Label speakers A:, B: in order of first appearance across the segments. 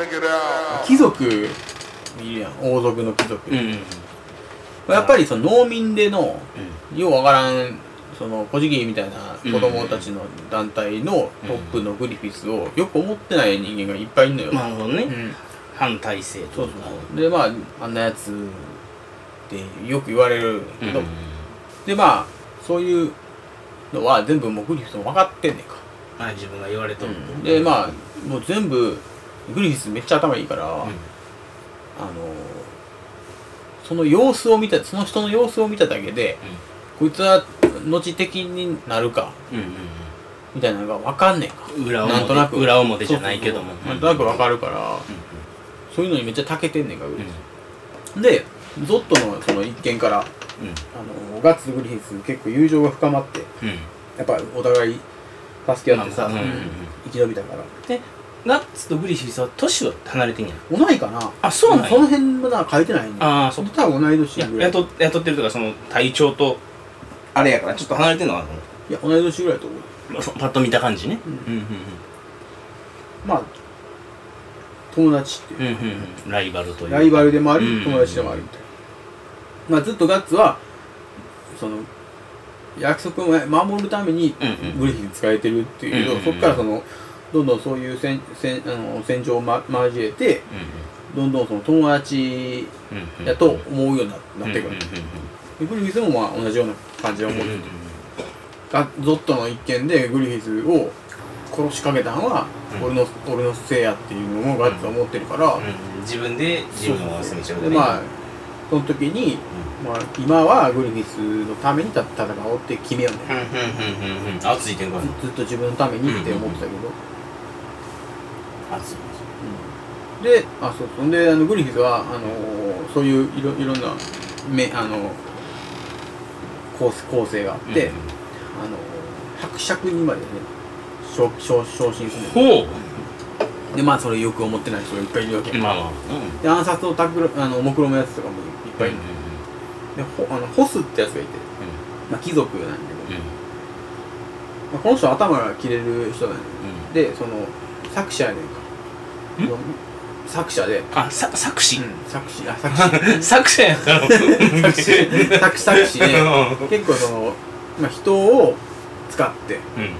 A: 貴族いるやん、王族の貴族、やっぱりその農民での、ようわからんその小じきみたいな子供たちの団体のトップのグリフィスをよく思ってない人間がいっぱいいるのよ。
B: なるほどね、反体制とか。
A: そうそうで、まああんなやつってよく言われるけど、でまあそういうのは全部もうグリフィスも分かってんねんか。
B: 自分が言われとる、
A: でまあもう全部グリフィスめっちゃ頭いいから、その様子を見た、その人の様子を見ただけで、こいつは後的になるか、みたいなのが分かんねえか。なんとなく
B: 裏表じゃないけども、
A: なんとなく分かるから、そういうのにめっちゃ長けてんねんか、グリフィス。でゾットのその一件から、ガッツとグリフィス結構友情が深まって、やっぱお互い助け合ってさ、生き延びたから。
B: でガッツとグリフィスは年は離れてんやん。
A: 同いかな。
B: あ、そうなんや。
A: その辺はなんか書いてないね。
B: ああ、そう。
A: 多分同い年ぐらい。
B: 雇ってるとか、その体調とあれやからちょっと離れてんのかな。
A: いや、同い年ぐらいと思う。
B: パッと見た感じね。
A: まあ友達っていう、
B: ライバルという
A: ライバルでもあり、友達でもあるみたいな。まあずっとガッツはその約束を守るためにグリフィス使えてるっていうけど、そこからそのどんどんそういう戦場を交えて、どんどんその友達やと思うようになってくる。グリフィスもまあ同じような感じで思ってて、ゾットの一件でグリフィスを殺しかけたのは俺のせいやっていうのもガッツは思ってるから、
B: 自分で自分を責めちゃう。
A: でまあその時に、まあ、今はグリフィスのために戦おうって決めようね。
B: 熱い展開。
A: ずっと自分のためにって思ってたけど、
B: 熱い。
A: で、そんでグリフィスはそういういろんな構成があって、伯爵にまでね昇進する。
B: ほう。
A: でまあそれよく思ってない人がいっぱいいるわけ。で暗殺を目論むやつとかもいっぱいいる。でホスってやつがいて、まあ貴族なんだけど、まあ、この人は頭が切れる人なんだけど、でその作者やねんか。作者で。
B: 作詞。
A: 作者やから。作詞で結構そのまあ人を使って、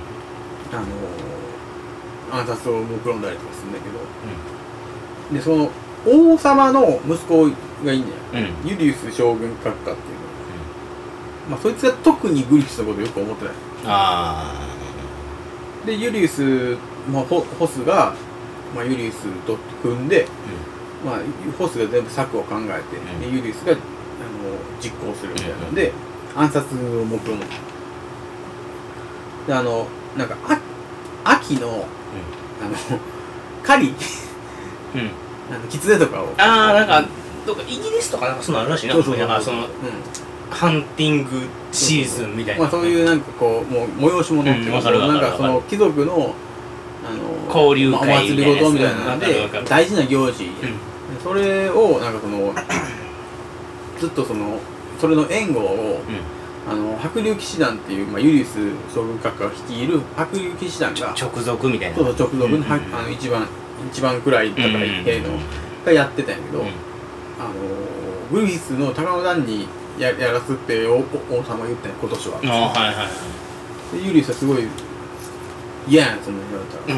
A: 暗殺を目論んだりとかするんだけど、でその王様の息子がいいんだよ、ユリウス将軍閣下っていうの、まあそいつが特にグリフィスのことよく思ってない。でユリウス、まあ、ホスが、まあ、ユリウスと組んで、まあ、ホスが全部策を考えて、でユリウスが実行するみたいなので、暗殺を目論む。でなんか秋の狩り狐とかを
B: なんかどっかイギリスとかなんかそんなのあるらしいな。だからそのハンティングシーズンみたいな。
A: まあそういうなんかこうもう催し物っていうか、なんかその貴族の
B: 交流会
A: お祭りごとみたいなので大事な行事、それをなんかそのずっとそれの援護を白竜騎士団っていう、まあ、ユリウス将軍閣下が率いる白竜騎士団が
B: 直属みたいな。
A: そう直属の一番くらい高い兵のがやってたんやけど、グリフィスの高野団にやらすって王様が言ったんや今年は。でユリウスはすごい嫌やん、そんなに言われたら。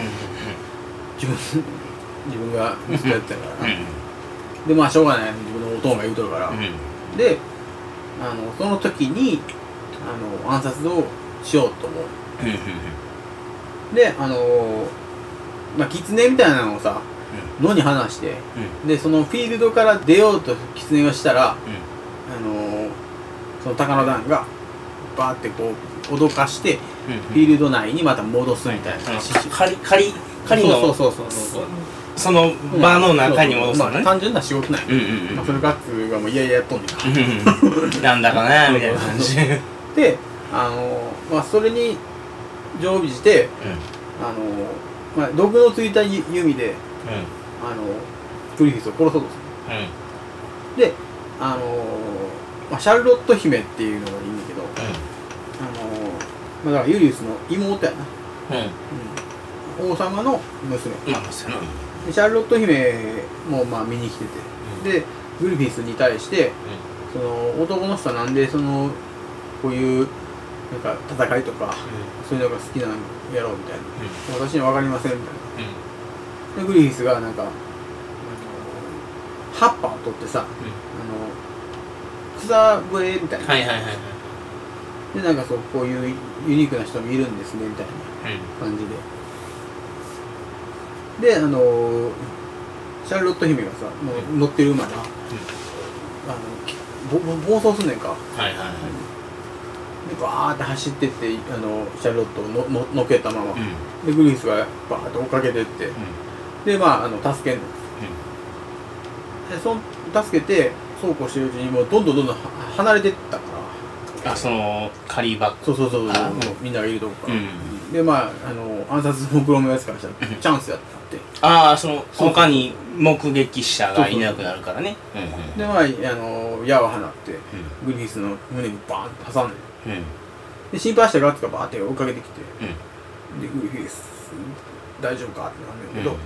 A: 自分がずっとやってたから。でまあしょうがない、自分のお父が言うとるから。でその時に暗殺をしようと思う。でまあ狐みたいなのをさ野に放して、でそのフィールドから出ようと狐がしたら、その高野団がバーってこう脅かして、フィールド内にまた戻すみたいな。
B: 狩りのその場の中に戻すのね。
A: 単純な仕事なんや。それガッツがもういやいややっとんねんか。
B: なんだかなみたいな感じ
A: でまあそれに常備してまあ毒のついた弓でグリフィスを殺そうとする。でまあシャルロット姫っていうのがいいんだけど、まあだからユリウスの妹やな。王様の娘。 でシャーロット姫もまあ見に来てて、でグリフィスに対して、その男の人はなんでそのこういうなんか戦いとか、そういうのが好きなんやろうみたいな、私には分かりませんみたいな、でグリフィスがなんか葉っぱを取ってさ、草笛みたいな、でなんかそうこういうユニークな人もいるんですねみたいな感じで、でシャーロット姫がさもう乗ってる馬が、暴走すんねんか、でバーって走ってってシャーロットを乗っけたまま、でグリフィスがバーって追っかけてって、でまあ助けんの、で助けてそうこうしてるうちにもうどんどん離れてったから、
B: そのカリーバック、
A: そうみんながいるとこから、でまあ暗殺目論むやつからしたらチャンスやったって、
B: その他に目撃者がいなくなるからね。
A: でまあ矢を放ってグリフィスの胸にバーンって挟んで、で心配したガッツがバーって追っかけてきて、でグリフィス大丈夫かってなるんだけど、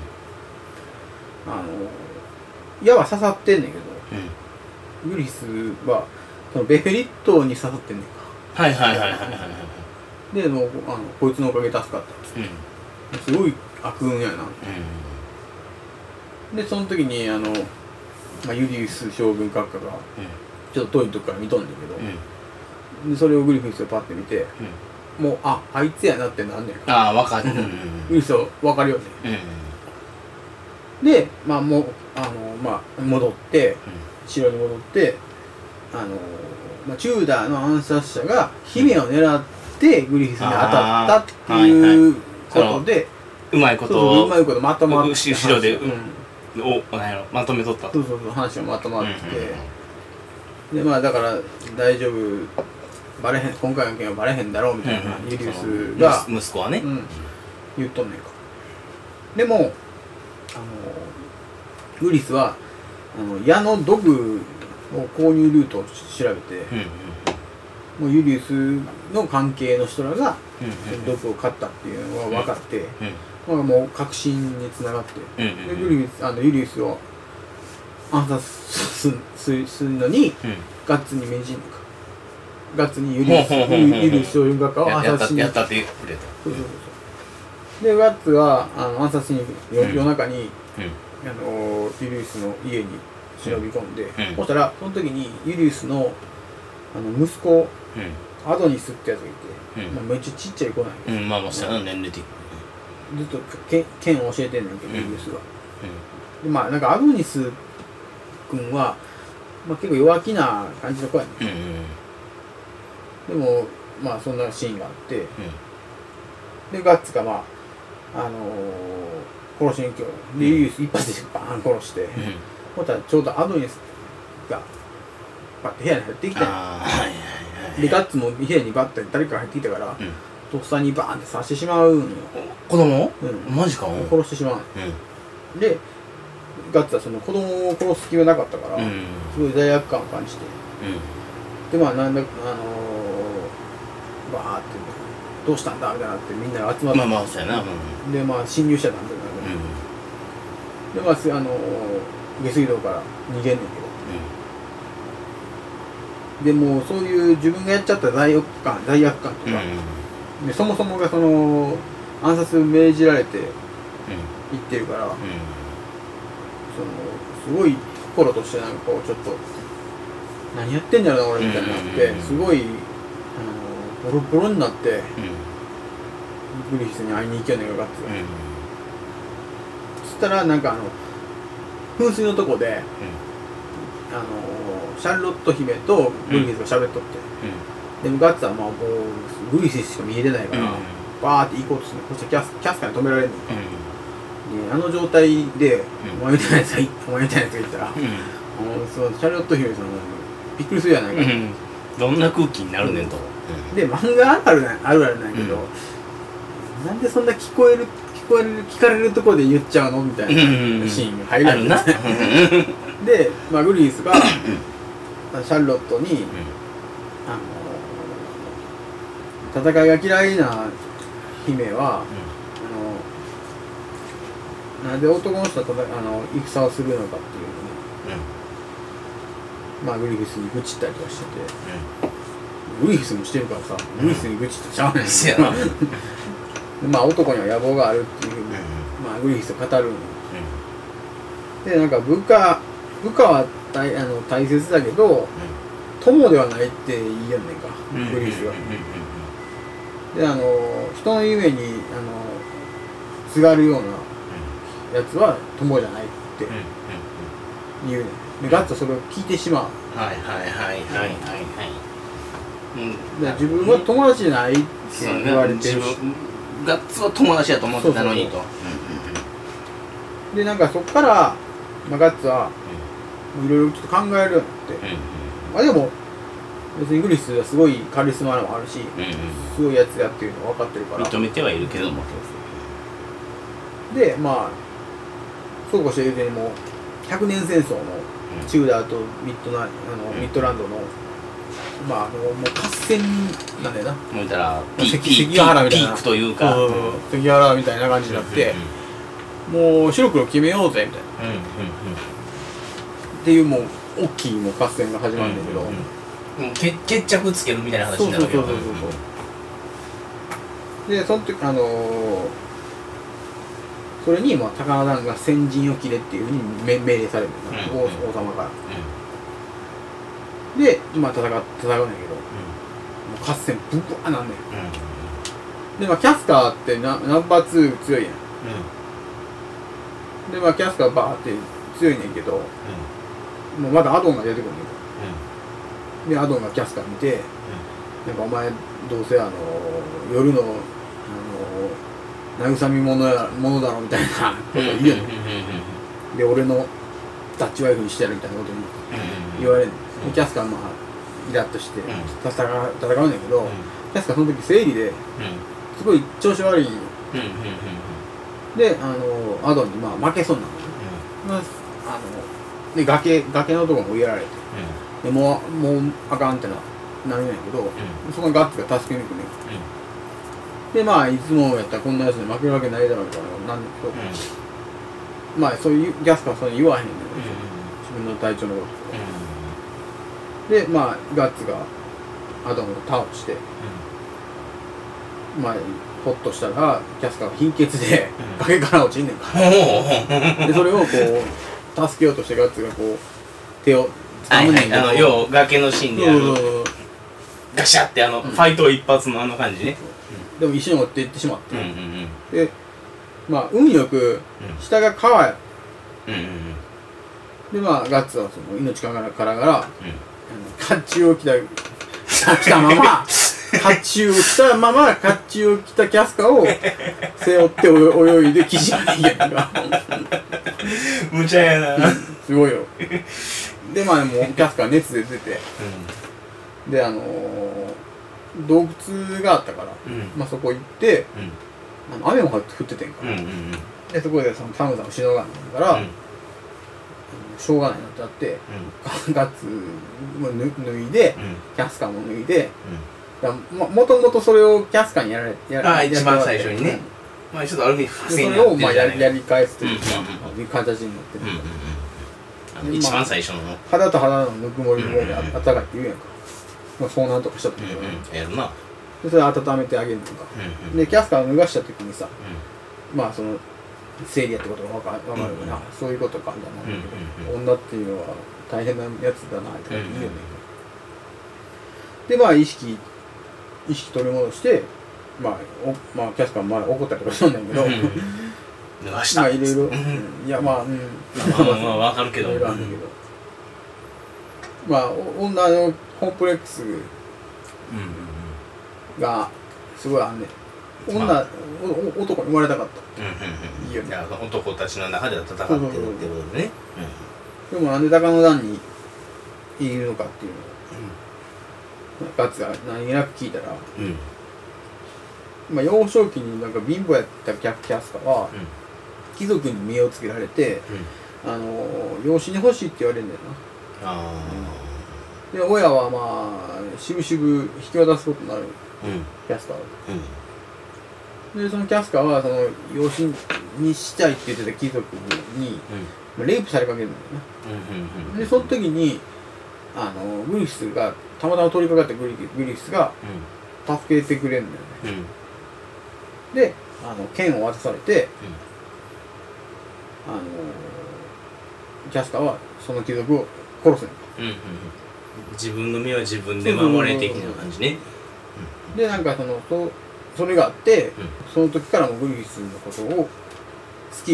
A: 矢は刺さってんねんけど、グリフィスはそのベフェリットに刺さってんねんか。でもうこいつのおかげで助かったっつって、すごい悪運やな、でその時にユリウス将軍閣下がちょっと遠いとこから見とんねんけど、でそれをグリフィスがパッて見て、もうあいつやなってなんねんか。
B: 分かる。
A: グリフィスは分かるよね、でまあもう戻って城に戻ってチューダーの暗殺者が姫を狙ってグリフィスに当たったっていうことで、
B: うまいこと
A: まとまって
B: 後ろでまとめとったと。
A: そう話がまとまってて、でまあだから大丈夫バレへん、今回の件はバレへんだろうみたいな、ユリウスが
B: 息子はね、
A: 言っとんねんか。でもグリフィスは矢の道具を購入ルートを調べて、もうユリウスの関係の人らが毒を買ったっていうのが分かって、もう確信につながって、でユリウスを暗殺するのに、ガッツに命じんのか、ガッツにユリウス将軍閣下を暗殺しに
B: やったってくれと。
A: でガッツは暗殺に夜中にユリウスの家に忍び込んで、そしたらその時にユリウスの息子、アドニスってやつがいて、めっちゃちっちゃい子なんや
B: まあそうやな、年齢的に
A: ずっと剣を教えてんねんけど、ユリウスが、でまあなんかアドニス君は、結構弱気な感じの子やねん、でもまあそんなシーンがあって、でガッツが殺しに行くよで、ユリウス一発でバーン殺して、ほったらちょうどアドニスがバッて部屋に入ってきたんや。でガッツも部屋にバッて誰かが入ってきたから、とっさにバーンって刺してしまうんよ。
B: 子供？マジか。
A: 殺してしまう。でガッツはその子供を殺す気はなかったから、すごい罪悪感を感じて、でなんだバーってどうしたんだみたいなってみんなが集まって、
B: そうやな。
A: で侵入者なんだけど、で下水道から逃げんねんけど、でもそういう自分がやっちゃった罪悪感とか、でそもそもがその暗殺命じられて行ってるから、すごい心としてなんかこうちょっと何やってんだろうな俺みたいになって、すごいボロボロになって、グリフィスに会いに行けんねんかガッツが。そしたらなんか噴水のとこで、シャーロット姫とグリフィスが喋っとって、でもガッツはもうグリフィスしか見えてないから、バーって行こうとするの。そしてキャスカーに止められるの、で状態で、お前みたいなやつがいたら、そのシャーロット姫さんびっくりするやないか、
B: どんな空気になるねんと、
A: で漫画あるあるなんやけど、なんでそんな聞かれるところで言っちゃうのみたいなシーンが入るんですね。で、グリフィスがシャーロットに、戦いが嫌いな姫は、 なんで男の人は戦をするのかっていうのね、まあグリフィスに愚痴ったりとかしてて、グリフィスもしてるからさ、グリフィスに愚痴ってちゃうねんけど、まあ男には野望があるっていうふうに、まあグリフィスを語るんよ。でなんか部下は大切だけど、友ではないって言いやんねんか、グリフィスが。で人の夢にすがるようなやつは友じゃないって言うねん。でガッツはそれを聞いてしまう。
B: はい
A: で自分は友達じゃないって言われてるし、
B: ガッツは友達だと思ってたのにと。
A: でなんかそっから、まあ、ガッツはいろいろちょっと考えるようになって、まあでも別にグリフィスはすごいカリスマもあるし、すごいやつやっていうの分かってるから
B: 認めてはいるけども、
A: でまあそうこうしてるうちにもう100年戦争のチューダーとミッドランドのまあもう合戦なんだよな。
B: もう言ったら
A: 関ヶ原みたいな
B: ピークというか、
A: 関ヶ原みたいな感じになって、もう白黒決めようぜみたいな、っていうもう大きいもう合戦が始まるんだけど、
B: 決着つけるみたいな話になるわけよ。
A: でその時それにまあ高田団が先陣を切れっていうふうに命令されるんだ、王様から。でまあ戦うんだけど、もう合戦ブンブワーなんねん。でまあキャスカーってナンバー2強いやん。でまあキャスカーバーって強いねんけど、もうまだアドンが出てくるんだけど、でアドンがキャスカー見て、なんかお前どうせ夜の慰め者だろみたいなことを言うねん。で俺のダッチワイフにしてやるみたいなことに言われる。キャスカーまあイラッとして戦うんだけど、キャスカーその時生理ですごい調子悪いんよ。でアドンにまあ負けそうになる。で崖のところに追いやられて、でもうあかんってなるんやけど、そのガッツが助けに来るねん。でまあいつもやったらこんなやつに負けるわけないだろうみたいななんだけど、まあそういうキャスカーはそれ言わへんねん、自分の体調のこと。でまあガッツがアドムを倒して、まあホッとしたらキャスカーが貧血で崖から落ちんねんかでそれをこう助けようとしてガッツがこう手を掴むねんけど、
B: 要は崖のシーンでガシャってファイト一発の感じね。
A: でも一緒に持っていってしまって、でまあ運よく下が川や、でまあガッツはその命からがら甲冑を着たまま甲冑を着たキャスカを背負って泳いで岸まで行けたが
B: むちゃやな
A: すごいよ。でまあもうキャスカは熱で出て、で洞窟があったから、まあそこ行って、雨も降っててんから、でそこでその寒さをしのがんだから、しょうがないなってなって、ガッツも脱いで、キャスカも脱いで、もともとそれをキャスカにやられて
B: 一番最初にね、まあちょっとある意味伏線
A: それをまあやり返すというか、いう形になってる。
B: 一番最初の
A: 肌と肌のぬくもりの上であったかいって言うやんか。まあそうなんとかしたと思うけど、
B: やるな。
A: でそれ温めてあげるのか。でキャスカを脱がした時にさ、まあその生理やってことが分かるよな、そういうことかみたいな、女っていうのは大変なやつだなって言うよね。でまあ意識取り戻して、まあキャスカーもまだ怒ったりとかしたんだけど、
B: 脱がした
A: まあいろいろ、いやまあ
B: まあ分かるけど、
A: いろいろあるんだけど、まあ女のコンプレックスがすごいあんねん。男に生まれたかった。いいよね。
B: 男たちの中では戦ってるってことでね。
A: でもなんで高野団にいるのかっていうのを、ガッツが何気なく聞いたら、まあ幼少期になんか貧乏やったキャスカは、貴族に身をつけられて、養子に欲しいって言われるんだよな。で親はまあしぶしぶ引き渡すことになる、キャスカーは。でそのキャスカーはその養子ににしたいって言ってた貴族に、レイプされかけるんだよね。でその時にグリフィスがたまたま通りかかったグリフィスが助けてくれるんだよね。で剣を渡されて、キャスカーはその貴族を殺すんだ。
B: 自分の身は自分で守れ的な感じね。
A: でなんかそれがあって、その時からもグリフィスのことを好き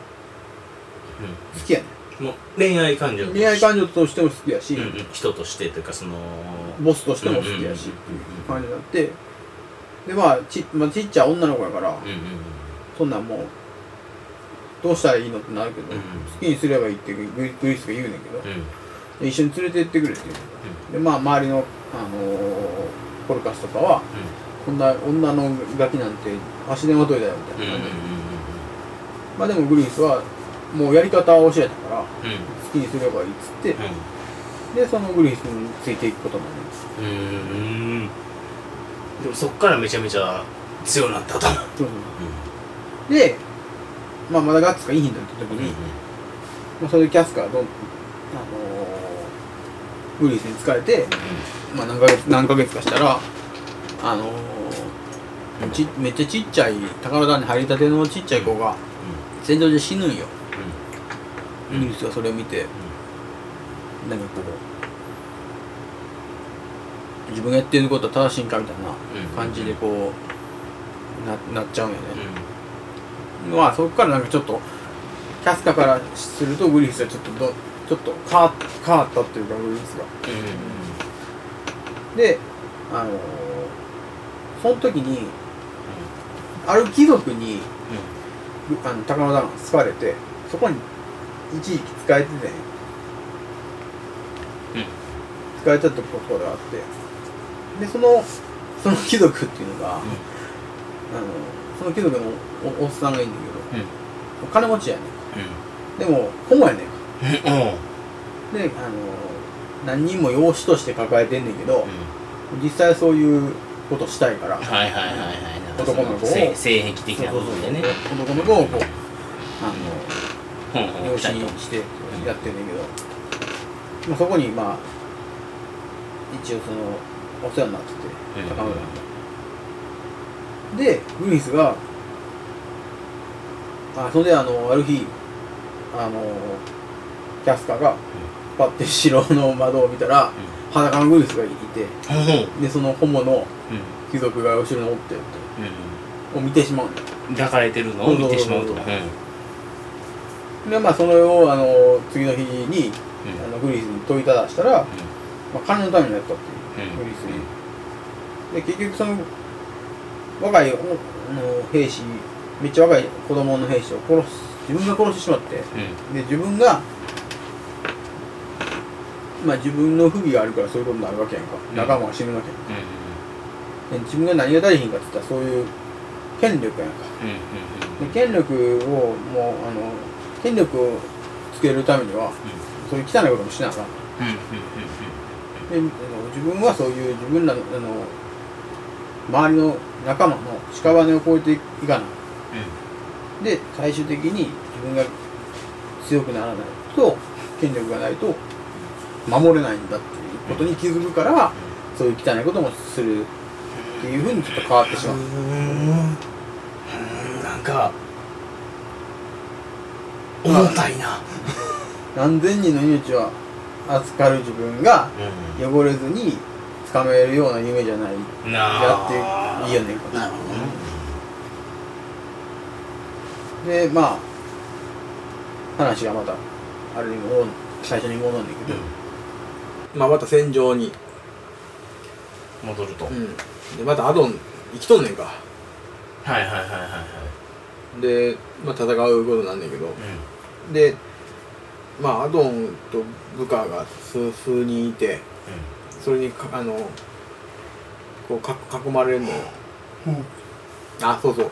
A: やね。
B: もう恋愛感情
A: としても好きやし、
B: 人としてというか
A: ボスとしても好きやしっていう感じになって、でまあちっちゃい女の子やから、そんなんもうどうしたらいいのってなるけど、好きにすればいいってグリフィスが言うねんけど、一緒に連れて行ってくれって言う。でまあ周りのコルカスとかは、こんな女のガキなんて足手まといだよみたいな感じで、まあでもグリフィスはもうやり方を教えたから、好きにすればいいっつって、でそのグリフィスについていくことになるんです。
B: でもそっからめちゃめちゃ強くなったと。
A: で、まだガッツがいいんだって時に、それでキャスカーがグリフィスに疲れて、何ヶ月かしたらめっちゃちっちゃい宝田に入りたてのちっちゃい子が戦場で死ぬんよ。グリフィスがそれを見て、なんかこう自分がやってることは正しいんかみたいな感じでこうなっちゃうんよね。まあそこからなんかちょっとキャスカからするとグリフィスはちょっと変わったっていうか、グリフィスが。でその時にある貴族に高野田が好かれて、そこに一時期仕えてて、仕えてたところがあって、でその貴族っていうのが、その貴族の おっさんがいいんだけど、金持ちやねん。でもホモやねん。で何人も養子として抱えてんねんけど、実際そういうことしたいから、男の子を
B: 性癖的な部分でね、
A: 男の子をこう養子にしてやってんねんけど、そこに一応お世話になってて、高野が。でグリフィスがそれである日キャスカがパッて城の窓を見たら、裸のグリフィスがいて、でそのホモの貴族が後ろにおってを見てしまうんだよ。
B: 抱かれてるのを見てしまうと。で
A: それを次の日にグリフィスに問いただしたら、金のためにやったっていう、グリフィスに。で結局その若い兵士、めっちゃ若い子供の兵士を自分が殺してしまって、で自分が自分の不備があるからそういうことになるわけやんか。仲間が死ぬわけやんか。で自分が何が足りひんかって言ったらそういう権力やんか。で権力をつけるためには、そういう汚いこともしなあかん。で自分はそういう自分らの周りの仲間の屍を越えていかない。で最終的に自分が強くならないと、権力がないと守れないんだっていうことに気づくから、そういう汚いこともするっていうふうにちょっと変わってしまう。
B: なんか重たいな。
A: 何千人の命を預かる自分が汚れずにつかめるような夢じゃない、やっていいよねんか。なるほどね。で話がまたあれに最初に戻るんだけど、また戦場に
B: 戻ると、
A: でまたアドン生きとんねんか。で戦うことなんねんけど、でアドンと部下が数人いて、それにこう囲まれるのよ。そうそう、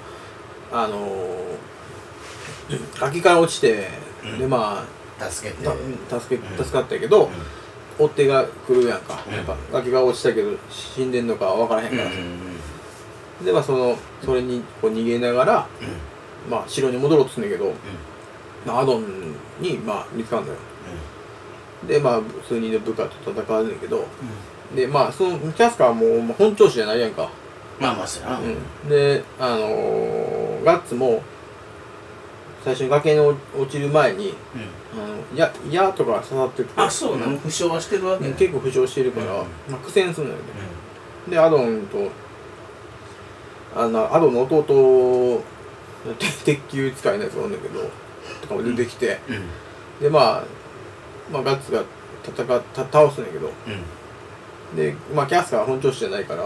A: 崖から落ちて、で
B: 助
A: かったけど、追っ手が来るやんか。やっぱ崖が落ちたけど死んでんのか分からへんから、でそれにこう逃げながら、 まあ城に戻ろうとするんだけど、まあ、アドンにまあ見つかるのよ、でまあ数人で部下と戦うんだけど、でまあそのキャスカーはもう本調子じゃないやんか。
B: まあまあそうやな、
A: でガッツも最初に崖に落ちる前に、矢とか刺さってて、
B: あ、そうなの、負傷はしてるわけ、
A: 結構負傷してるから、まあ、苦戦するのよね、でアドンとアドンの弟鉄球使いのやつがおるんだけどとかも出てきて、でまあガッツが倒すんだけど、でまあキャスカーは本調子じゃないから、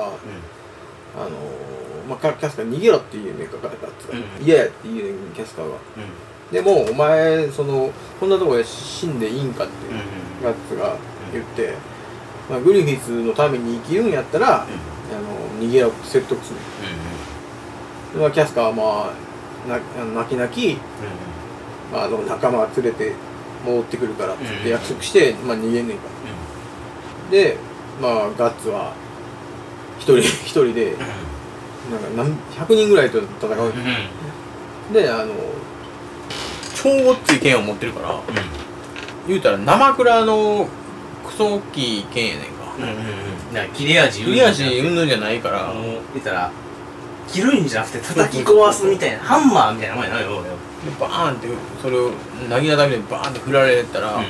A: まあ、キャスカー逃げろって言うねんか、ガッツが嫌やって言うねんキャスカーが、でもお前こんなとこで死んでいいんかってガッツが言って、まあ、グリフィスのために生きるんやったら、逃げろって説得する、でまあ、キャスカーはまあ泣き泣き、まあ、仲間連れて戻ってくるからって約束して、まあ、逃げんねんか、でまあガッツは一人でなんか100人ぐらいと戦う、で超ごっつい剣を持ってるから、言うたら生倉のクソ大きい剣やねんか、
B: だから切れ味
A: うんぬんじゃないから、
B: 言ったら切るんじゃなくて叩き壊すみたいな、ハンマーみたいなもんやなよ。
A: バーンってそれをなぎなたみでバーンって振られたら、ま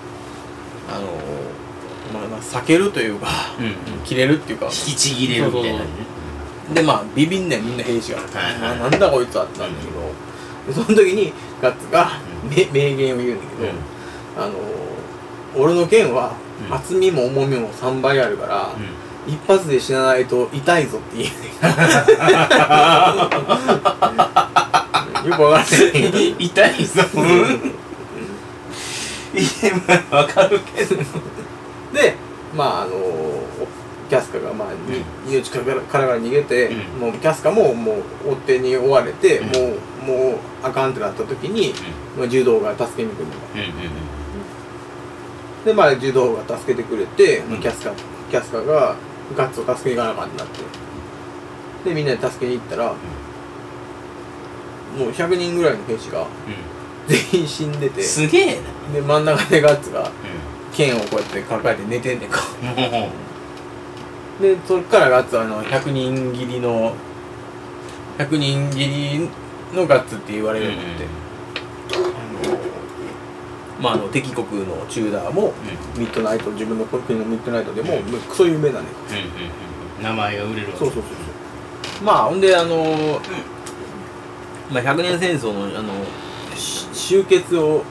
A: あ避けるというか、切れるっていうか、
B: 引きちぎれるみたいな。
A: でまあビビんねんみんな兵士が、なんだこいつはってなんだけど、その時にガッツが名言を言うんだけど、俺の剣は厚みも重みも3倍あるから、一発で死なないと痛いぞって言うねんよくわかんない
B: 痛いぞわかるけど
A: でまあキャスカがまあ命から逃げて、もうキャスカももう追っ手に追われて、もうあかんってなった時に、柔道が助けに来るのが、でまあ柔道が助けてくれて、キャスカがガッツを助けに行かなあかんってなって、でみんなで助けに行ったら、もう100人ぐらいの兵士が全員死んでて、
B: すげえな。
A: で真ん中でガッツが剣をこうやって抱えて寝てんねんかでそっからガッツは100人斬りのガッツって言われるようになって、まあ敵国のチューダーも、ミッドナイト、自分の国のミッドナイトでも、クソ有名なね、
B: 名前が売れるわけ。
A: そうまあほんでまあ、100年戦争の終結を、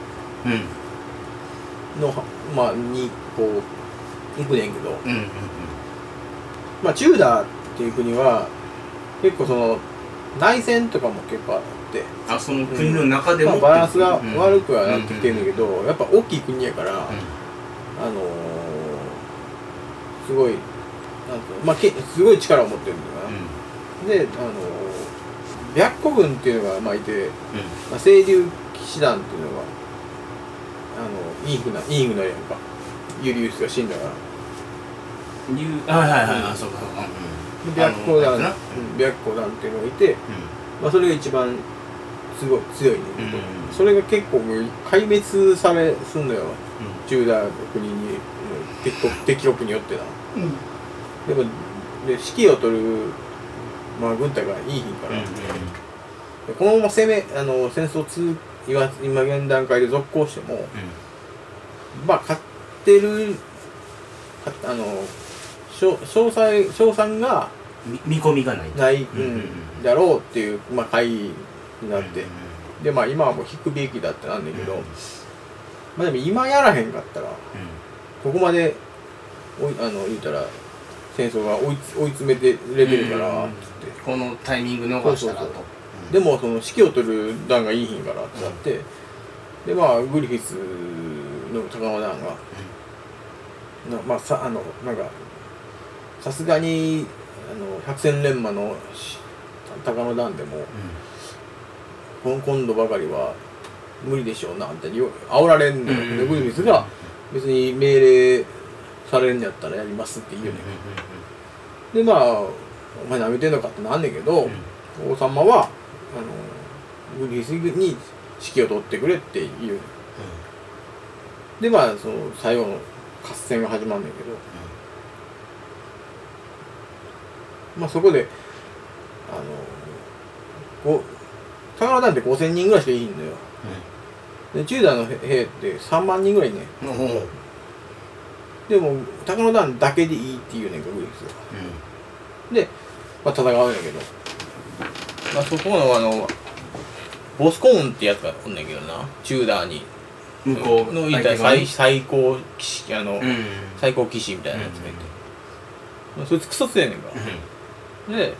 A: まあにこう行くねんけど、まあチューダーっていう国は結構内戦とかも結構あって、
B: その国の中でも、
A: バランスが悪くはなってきてるんだけど、やっぱ大きい国やから、すごいまあすごい力を持ってるんだよな、で白虎軍っていうのがまあいて、清流騎士団っていうのがいい船やんか、ユリウスが死んだから
B: そうか
A: 白虎団っていうのがいて、まあそれが一番すごい強いねんけど、それが結構壊滅すんのよ、チューダーの国に敵国によってな、でも指揮を取るまあ軍隊がいい日から、このまま戦争今現段階で続行しても、まあ勝ってる勝算が
B: 見込みがない
A: だろうっていう、まあ、会議になって、でまあ今はもう引くべきだってなんだけど、まあでも今やらへんかったら、ここまで言うたら戦争が追い詰めてれてるからっつって、
B: このタイミング逃したらと。
A: でも指揮を取る団がいいひんからってなって、でまあグリフィスの高輪団が、まあなんかさすがに百戦錬磨の高輪団でも、今度ばかりは無理でしょうなって煽られんのよ、グリフィスが別に命令されるんやったらやりますって言うよね、でまあお前舐めてんのかってなんねんけど、王様はグリフィスに指揮を取ってくれっていう、でまあその最後の合戦が始まるんだけど、まあそこでタカノダンって5000人ぐらいしかいいんだよ、でチューダーの兵って3万人ぐらいいんね、でもタカノダンだけでいいっていうねんかグリフィスが、で、まあ、戦うんやけど、まあ、そこのボスコーンってやつがおんねんけどな、チューダーに
B: 向こう
A: のいた最高騎士最高騎士みたいなやつがいて、まあ、そいつクソ強いねんか、で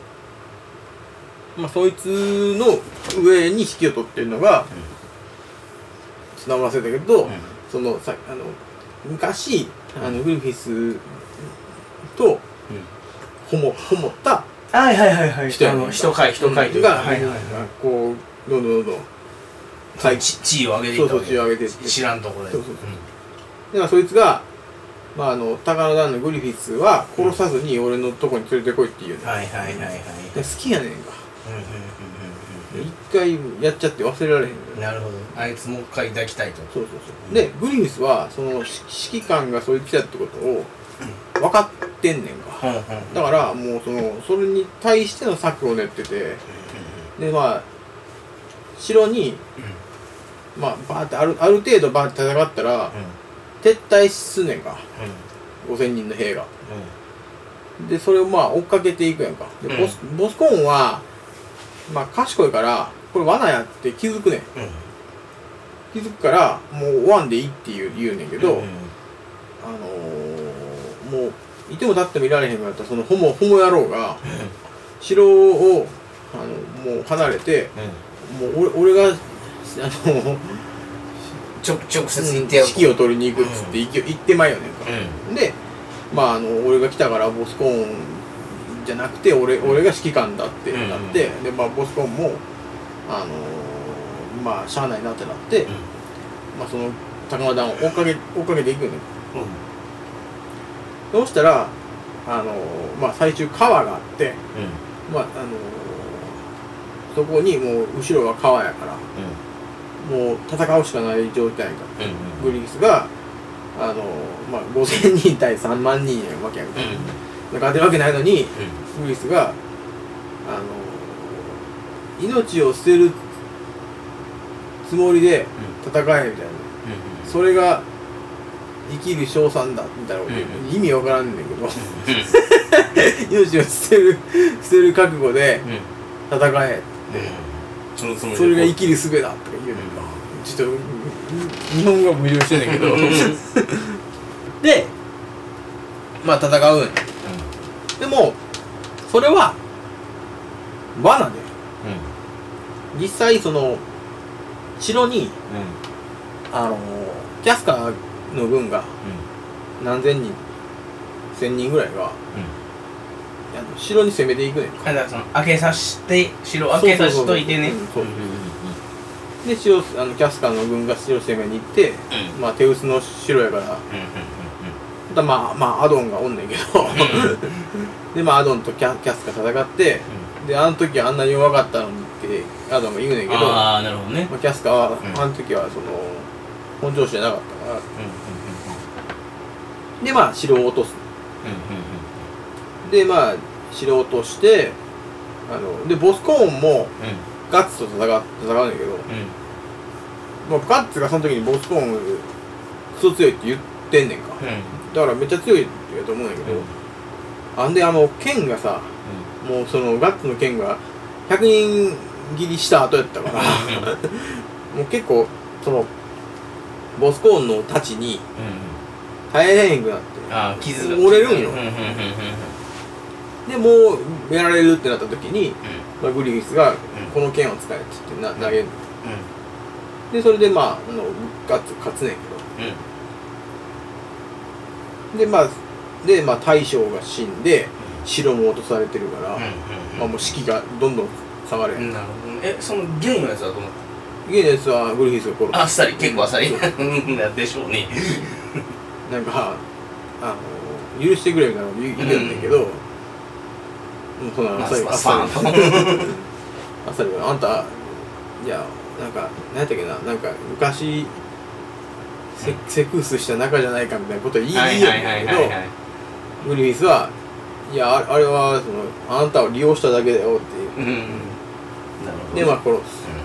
A: まあそいつの上に指揮を取ってるのが綱村せだけど、その昔グリフィスとホモった人やねんか、
B: 人会という
A: かこうどんどん
B: 地位を上げていったわけ、
A: 地位を上げていって
B: 知らんとこで、
A: だからそいつがまあタカノダンのグリフィスは殺さずに俺のとこに連れてこいって言うねん、好きやねんか、一回やっちゃって忘れられへん。
B: なるほど。あいつもう一回抱きたいと。
A: そう。でグリフィスはその指揮官がそいつやってことを分かってんねんか。だからもうそれに対しての策を練ってて、でまあ城にまあバーってある程度バーって戦ったら撤退すんねんか。5000人の兵が。でそれをまあ追っかけていくやんか。でボスコーンはまあ賢いからこれ罠やって気づくねん、気づくからもう終わんでいいって言うねんけど、もういても立ってもいられへんかったそのホモ野郎が城をもう離れて、もう俺が
B: 直接行ってやる
A: 指揮を取りに行くっつって行ってまいよねんか、でまあ俺が来たからボスコーンじゃなくて俺が指揮官だってなって、でまあボスコンもまあしゃあないなってなって、まあその高間団を追っかけていくのよ、そうしたらまあ最終川があって、まあそこにもう後ろは川やから、もう戦うしかない状態やから、グリフィスがまあ5000人対3万人やわけやんか、勝てるわけないのに、グリフィスが命を捨てるつもりで戦えみたいな、それが生きる勝算だみたいなこと言う、意味わからんねんけど命を捨てる覚悟で戦えって、それが生きる術だとか言うねんか、ちょっと日本語は無料してんねんけどでまあ戦うんや、でもそれは罠で、実際その城に、キャスカーの軍が何千人1000人ぐらいが、城に攻めていくねんか。
B: だからその開けさして城開けさしといてね。
A: でキャスカーの軍が城攻めに行って、まあ手薄の城やから、まあアドンがおんねんけどでまあアドンとキャスカー戦って、であの時はあんなに弱かったのにってアドンが言うねんけど、
B: なるほどね、
A: まあ、キャスカーは、あの時はその本調子じゃなかったから、でまあ城を落とす、でまあ城を落としてでボスコーンもガッツと戦うんだけど、まあ、ガッツがその時にボスコーンクソ強いって言ってんねんか、だからめっちゃ強いやと思うんだけど、剣がさ、もうそのガッツの剣が100人切りした後やったからもう結構そのボスコーンの太刀に耐えれへんくなって折れるんよ、でもうやられるってなった時に、まあ、グリフィスがこの剣を使えって言って投げる、でそれでまあガッツ勝つねんけど、でまあ大将が死んで城も落とされてるから、まあもう士気がどんどん下がれる。
B: なるほど。そのゲイのやつはどうなった？
A: ゲイのやつはグリフィスが殺す。
B: あっさり、結構あっさりでしょうね。
A: なんか許してくれみたいなこと言うんだけど、そんなあっさりあんたいやなんか何やったっけな、なんか昔セクスした仲じゃないかみたいなことを言いよるんだけど、グリフィスはいやあれはそのあなたを利用しただけだよっていう、
B: なるほど。
A: でまあ殺す、